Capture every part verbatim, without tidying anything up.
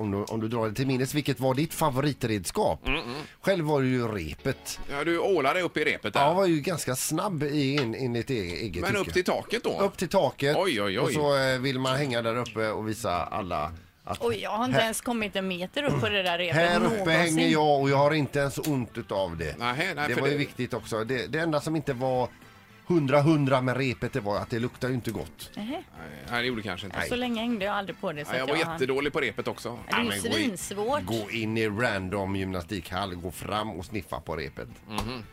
om, du, om du drar det till minnes. Vilket var ditt favoritredskap? Mm, mm. Själv var det ju repet. Ja, du ålade upp i repet där. Ja, var ju ganska snabb i in, in ett eget Men tycke. upp till taket då? Upp till taket. Oj, oj, oj. Och så eh, vill man hänga där uppe och visa alla... Oj, jag har inte här, ens kommit en meter upp på det där repet. Här uppe någonsin. hänger jag och jag har inte ens ont av det. Nej, nej, det för var ju det... viktigt också. Det, det enda som inte var hundra hundra med repet, det var att det luktar ju inte gott. Uh-huh. Nej, nej, det gjorde kanske inte. Så länge hängde jag aldrig på det. Så Nej, jag att var jag jättedålig på repet också. Det är ju Ja, men gå in- svinsvårt. Gå in i random gymnastikhall, gå fram och sniffa på repet. Mm-hmm.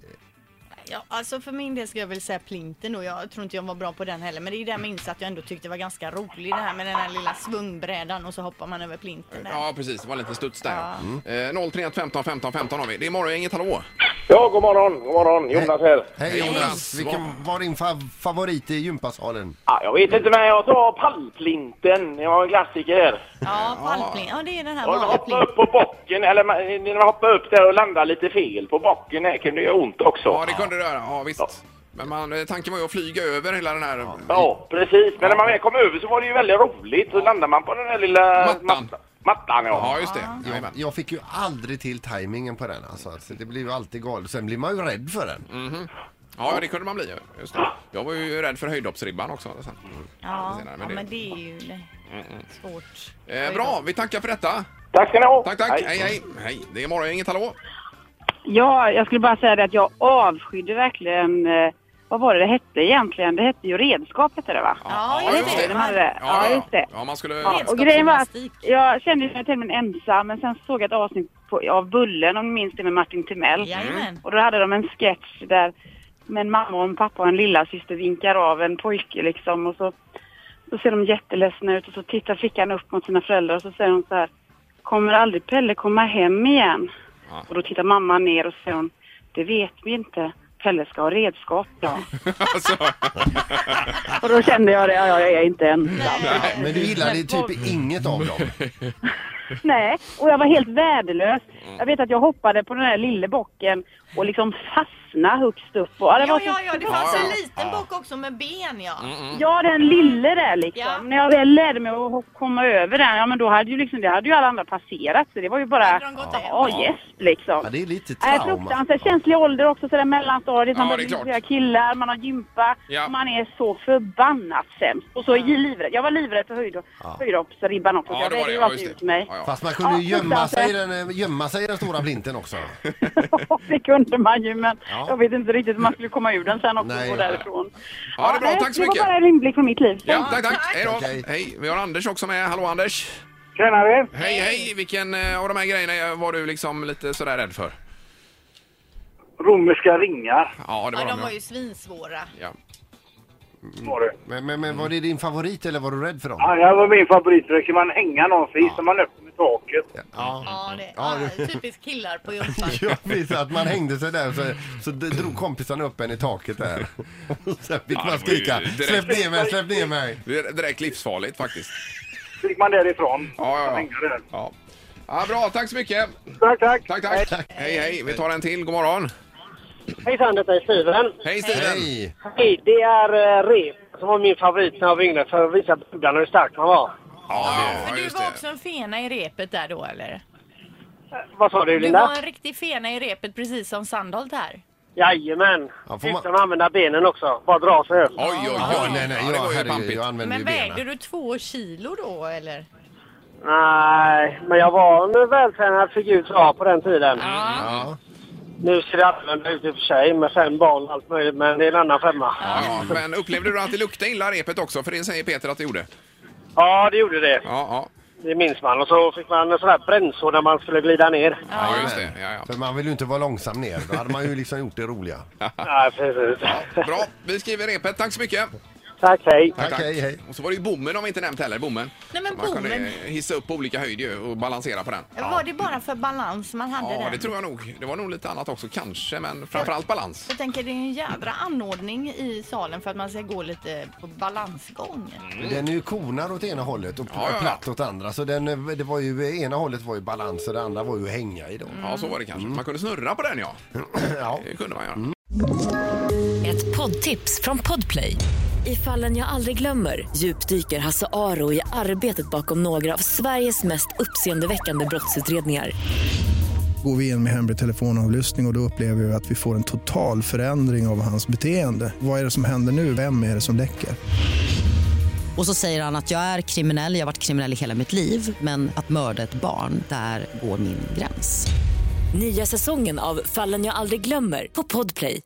Ja, alltså för min del ska jag väl säga plinten och jag tror inte jag var bra på den heller. Men det är ju det jag minns att jag ändå tyckte var ganska roligt det här med den här lilla svungbrädan och så hoppar man över plinten där. Ja, precis. Det var lite studs där. Ja. Mm. Eh, noll tre ett femton femton femton har vi. Det är morgon, inget hallå. Ja, god morgon, god morgon. Jonas här. Hej Hej, Jonas, Jonas. vilken var din fa- favorit i gympasalen? Ja, jag vet inte, men jag tar pallplinten. Det var en klassiker. Ja, pallplint. Ja, det är den här Och vanliga hoppa plinten. upp på bocken, eller man- när man hoppar upp där och landar lite fel på bocken, det kunde göra ont också. Ja, det kunde du göra. Ja, visst. Ja. Men man, eh, tanken var ju att flyga över hela den här... Ja, precis. Men när man väl kom över så var det ju väldigt roligt. Så landar man på den här lilla... Mattan. matta- Mattan, ja. Ja, just det. Jag, Jajamän. jag fick ju aldrig till tajmingen på den alltså. Så det blev ju alltid galet. Sen blir man ju rädd för den. Mm. Ja, det kunde man bli. Just det. Jag var ju rädd för höjdhoppsribban också. Sen. Ja, Senare, ja, men det- men det är ju svårt. Eh, bra, vi tackar för detta. Tack ska ni ha. Tack, tack. Hej, hej. Hej. Det är morgon, inget hallå. Ja, jag skulle bara säga det att jag avskydde verkligen, eh, vad var det det hette egentligen? Det hette ju redskap, hette det va? Ja, Ja, just just det. De hade det. Ja, just det. Ja, man skulle... Ja, och grejen var att Redskapsgymnastik. jag kände mig till och med ensam, men sen såg jag ett avsnitt på, av Bullen, om ni minns det, med Martin Timell. Jajamän. Och då hade de en sketch där med en mamma och en pappa och en lilla syster vinkar av en pojke liksom. Och så, så ser de jätteledsna ut och så tittar flickan upp mot sina föräldrar och så säger hon så här: kommer aldrig Pelle komma hem igen? Ja. Och då tittar mamman ner och säger hon: det vet vi inte. Pelle ska ha redskap, ja. alltså, Och då kände jag det, ja, jag är inte ensam. Men du gillade typ inget av dem. Nej, och jag var helt värdelös. Jag vet att jag hoppade på den här lilla bocken och liksom fastna högst upp. Och, ja, det var Ja, så ja, ja, det svårt. fanns Ja, en ja. liten bock också med ben, ja. Ja, den lille där liksom. Ja. När jag väl lärde mig att komma över den, ja men då hade ju liksom, det hade ju alla andra passerat. Så det var ju bara, Hade de gått hem? ja, yes liksom. Ja, det är lite Nej, trauma. fruktansvärt känslig ålder också, sådär mellanstadiet. Man Ja, har det är klart. flera killar, man har gympa. Ja. Och man är så förbannat sämst. Och så är jag livrädd. Jag var livrädd för höjd, höjdhoppsribban också. Ja, jag det var vägde det. ju Ja, alltid just ut det. mig. Ja, ja. Fast man kunde ju Ja, gömma sig, i fruktansvärt. den, gömma sig i den stora blinten också. Det kunde man ju, men Ja. jag vet inte riktigt hur man skulle komma ur den sen också Nej. och gå därifrån. Ja, det är bra. nej, Tack så Det mycket. var bara en inblick från mitt liv. Ja, tack, tack. Hej då. Okej. Hej, vi har Anders också med. Hallå, Anders. Tjenare. Hej, hej. Vilken eh, av de här grejerna var du liksom lite sådär rädd för? Romerska ringar Ja, det var Ja, de de. var ju svinsvåra. Ja. var det. Men, men, men var det din favorit eller var du rädd för dem? Ja, det var min favorit. Då kan man hänga någonstans så man öppnar taket. Ja. Ja, det, Ja, ja, det- typiskt killar på gympan. Jag visste att man hängde sig där så, så d- drog kompisarna upp en i taket där. Och sen fick Ja, man det var ju skrika, direkt. släpp ner mig, släpp ner mig. Det är direkt livsfarligt faktiskt. Fick man därifrån. Ja, ja, Hänga ja. där. ja. Ja, bra, tack så mycket. Tack, tack. Tack, tack. Hej, hej. Vi tar en till. God morgon. Hejsan, detta är Steven. Hej, Steven. Hej! Hej, det är uh, rep som var min favorit när jag var yngre för att visa buggarna hur stark man var. Ja, För ja, du just var det. också en fena i repet där då, eller? Vad sa du, Du Linda? var en riktig fena i repet, precis som Sandholt här. Jajamän. Ja, får man- Utan att använda benen också. Bara dra sig upp. Oj, oj, oj. Ja, nej, nej, Ja, det jag, var ju herregud, pampigt. jag använde Men ju vägde benen. du två kilo då, eller? Nej, men jag var en vältränad figur tror jag på den tiden. Ja. Nu ser det annorlunda ut i och för sig med fem barn och allt möjligt, men det är en annan femma. Ja, ja. Men upplevde du att det luktade illa repet också? För det säger Peter att det gjorde. Ja, det gjorde det. Ja, ja. Det minns man. Och så fick man en sån här brännsår när man skulle glida ner. Ja, just det. Ja, ja. För man vill ju inte vara långsam ner. Då hade man ju liksom gjort det roliga. Ja, precis. Bra, vi skriver repet. Tack så mycket. Tack, hej. Tack, hej, hej. Och så var det ju bommen om vi inte nämnt heller, bommen. Nej, men Så man kunde bommen- hissa upp på olika höjd ju och balansera på den. Var det bara för balans man hade Ja, den? det tror jag nog. Det var nog lite annat också kanske, men framförallt balans. Jag tänker det är en jädra anordning i salen för att man ska gå lite på balansgång. Den är ju konad åt ena hållet och Ja, ja, ja. platt åt andra. Så den, det var ju, ena hållet var ju balans och det andra var ju att hänga i då. Ja, så var det kanske. Man kunde snurra på den, ja. Ja. Det kunde man göra. Ett poddtips från Podplay. I Fallen jag aldrig glömmer djupdyker Hasse Aro i arbetet bakom några av Sveriges mest uppseendeväckande brottsutredningar. Går vi in med hemlig telefonavlyssning och, och då upplever vi att vi får en total förändring av hans beteende. Vad är det som händer nu? Vem är det som läcker? Och så säger han att jag är kriminell, jag har varit kriminell i hela mitt liv. Men att mörda ett barn, där går min gräns. Nya säsongen av Fallen jag aldrig glömmer på Podplay.